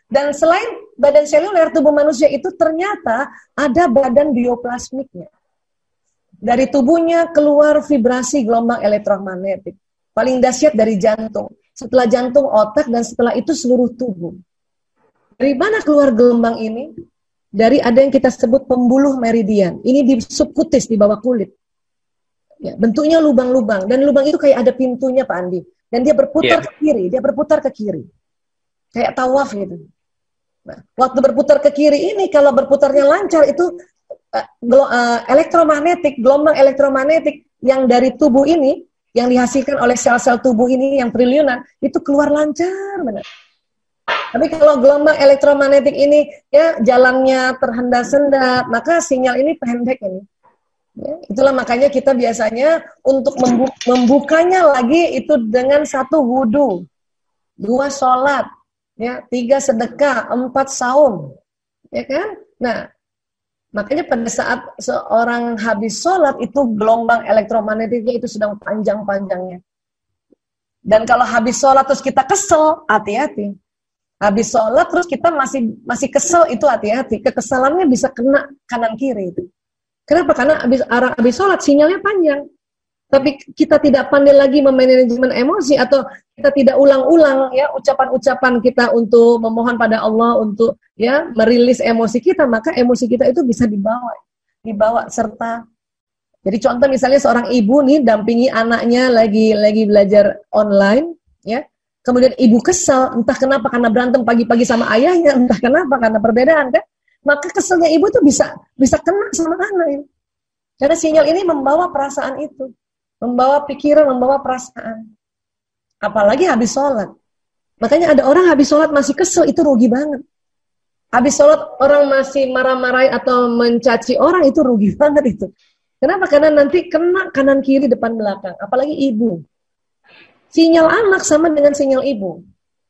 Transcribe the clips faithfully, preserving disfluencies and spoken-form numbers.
Dan selain badan seluler tubuh manusia itu ternyata ada badan bioplasmiknya. Dari tubuhnya keluar vibrasi gelombang elektromagnetik. Paling dahsyat dari jantung. Setelah jantung, otak, dan setelah itu seluruh tubuh. Dari mana keluar gelombang ini? Dari ada yang kita sebut pembuluh meridian. Ini di subkutis, di bawah kulit. Ya, bentuknya lubang-lubang. Dan lubang itu kayak ada pintunya, Pak Andi. Dan dia berputar yeah. ke kiri. Dia berputar ke kiri. Kayak tawaf gitu. Nah, waktu berputar ke kiri ini, kalau berputarnya lancar, itu uh, gelo- uh, elektromagnetik, gelombang elektromagnetik yang dari tubuh ini, yang dihasilkan oleh sel-sel tubuh ini yang triliunan, itu keluar lancar benar. Tapi kalau gelombang elektromagnetik ini ya jalannya terhendak-hendak, maka sinyal ini pendek ini. Ya, itulah makanya kita biasanya untuk membu- membukanya lagi itu dengan satu wudu, dua sholat, ya, tiga sedekah, empat saum, ya kan? Nah, makanya pada saat seorang habis sholat itu gelombang elektromagnetiknya itu sedang panjang-panjangnya. Dan kalau habis sholat terus kita kesel, hati-hati. Habis sholat terus kita masih masih kesel, itu hati-hati. Kekesalannya bisa kena kanan kiri itu. Kenapa? Karena habis orang habis sholat sinyalnya panjang. Tapi kita tidak pandai lagi memanajemen emosi atau kita tidak ulang-ulang ya ucapan-ucapan kita untuk memohon pada Allah untuk ya merilis emosi kita, maka emosi kita itu bisa dibawa dibawa serta. Jadi contoh misalnya seorang ibu nih dampingi anaknya lagi lagi belajar online ya. Kemudian ibu kesal, entah kenapa karena berantem pagi-pagi sama ayahnya, entah kenapa karena perbedaan kan. Maka keselnya ibu itu bisa bisa kena sama anak ini. Karena sinyal ini membawa perasaan itu. Membawa pikiran, membawa perasaan. Apalagi habis sholat. Makanya ada orang habis sholat masih kesel, itu rugi banget. Habis sholat orang masih marah-marahin atau mencaci orang, itu rugi banget itu. Kenapa? Karena nanti kena kanan kiri depan belakang. Apalagi ibu. Sinyal anak sama dengan sinyal ibu.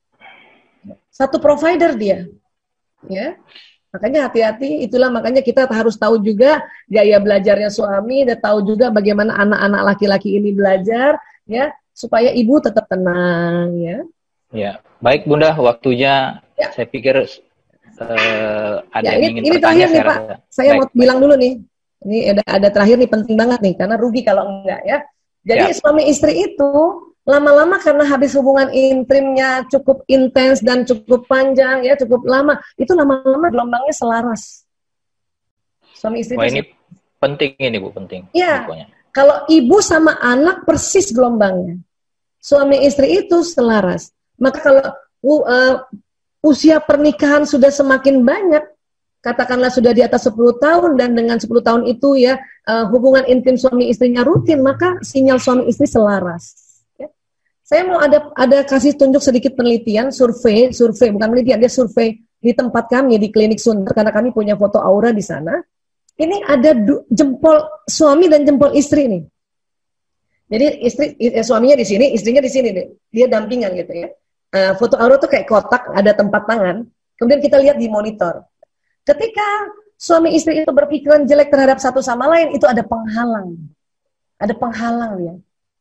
Satu provider dia. Ya. Makanya hati-hati, itulah makanya kita harus tahu juga gaya belajarnya suami dan tahu juga bagaimana anak-anak laki-laki ini belajar ya, supaya ibu tetap tenang ya. Ya, baik Bunda, waktunya ya. Saya pikir uh, ada ya, ini, yang ingin ini bertanya terakhir nih Pak. Saya, saya mau baik. bilang dulu nih. Ini ada, ada terakhir nih penting banget nih karena rugi kalau enggak ya. Jadi ya. Suami istri itu lama-lama karena habis hubungan intimnya cukup intens dan cukup panjang ya, cukup lama, itu lama-lama gelombangnya selaras. Suami istri Wah, itu ini penting ini Bu, penting. Iya. Kalau ibu sama anak persis gelombangnya. Suami istri itu selaras. Maka kalau uh, usia pernikahan sudah semakin banyak, katakanlah sudah di atas sepuluh tahun dan dengan sepuluh tahun itu ya uh, hubungan intim suami istrinya rutin, maka sinyal suami istri selaras. Saya mau ada ada kasih tunjuk sedikit penelitian, survei, survei bukan penelitian, dia survei di tempat kami di Klinik Sunter karena kami punya foto aura di sana. Ini ada du, jempol suami dan jempol istri nih. Jadi istri eh, suaminya di sini, istrinya di sini deh. Dia dampingan gitu ya. Uh, foto aura tuh kayak kotak, ada tempat tangan. Kemudian kita lihat di monitor. Ketika suami istri itu berpikiran jelek terhadap satu sama lain, itu ada penghalang. Ada penghalang ya.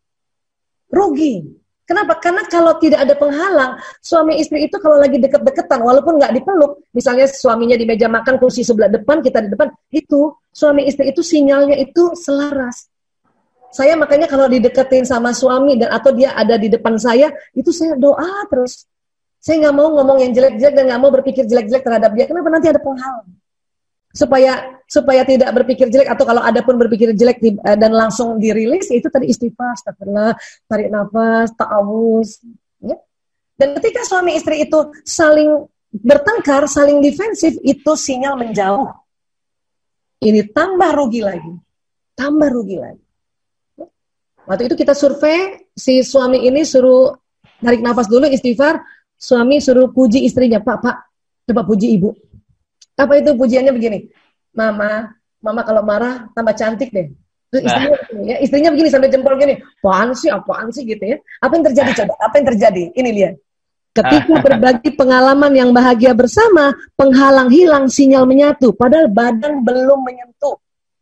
Rugi. Kenapa? Karena kalau tidak ada penghalang, suami istri itu kalau lagi deket-deketan, walaupun nggak dipeluk, misalnya suaminya di meja makan, kursi sebelah depan, kita di depan, itu suami istri itu sinyalnya itu selaras. Saya makanya kalau dideketin sama suami dan atau dia ada di depan saya, itu saya doa terus. Saya nggak mau ngomong yang jelek-jelek dan nggak mau berpikir jelek-jelek terhadap dia. Kenapa? Nanti ada penghalang. Supaya supaya tidak berpikir jelek atau kalau ada pun berpikir jelek di, uh, dan langsung dirilis, itu tadi istighfar, astagfirullah, tarik nafas, ta'awuz ya. Dan ketika suami istri itu saling bertengkar, saling defensif, itu sinyal menjauh. Ini tambah rugi lagi. Tambah rugi lagi. Ya. Waktu itu kita survei, si suami ini suruh tarik nafas dulu, istighfar, suami suruh puji istrinya, Pak, Pak, coba puji ibu. Apa itu pujiannya begini, Mama, Mama kalau marah tambah cantik deh. Terus istrinya, nah. ya, istrinya begini sampai jempol gini, apaan sih, apaan sih gitu ya. Apa yang terjadi coba? Apa yang terjadi? Ini lihat. Ketika berbagi pengalaman yang bahagia bersama, penghalang hilang, sinyal menyatu, padahal badan belum menyentuh.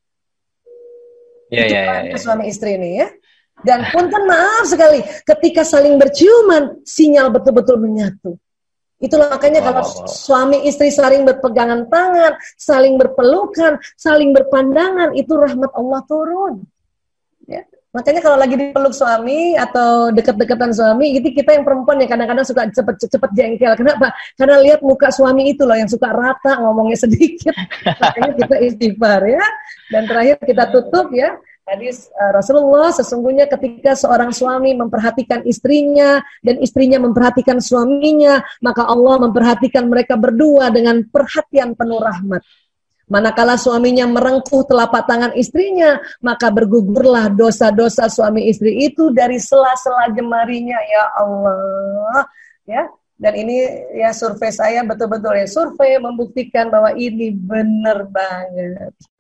Ya, itu ya, ya, ya. Suami istri ini ya. Dan punten maaf sekali, ketika saling berciuman, sinyal betul-betul menyatu. Itulah makanya wow, kalau wow. suami istri saling berpegangan tangan, saling berpelukan, saling berpandangan, itu rahmat Allah turun. Ya. Makanya kalau lagi dipeluk suami atau dekat-dekatan suami, gitu kita yang perempuan ya kadang-kadang suka cepet-cepet jengkel. Kenapa? Karena lihat muka suami itu loh yang suka rata, ngomongnya sedikit. Makanya kita istighfar ya. Dan terakhir kita tutup ya. Hadis uh, Rasulullah, sesungguhnya ketika seorang suami memperhatikan istrinya dan istrinya memperhatikan suaminya, maka Allah memperhatikan mereka berdua dengan perhatian penuh rahmat. Manakala suaminya merengkuh telapak tangan istrinya, maka bergugurlah dosa-dosa suami istri itu dari sela-sela jemarinya, ya Allah. Ya. Dan ini ya survei saya betul-betul ya survei membuktikan bahwa ini benar banget.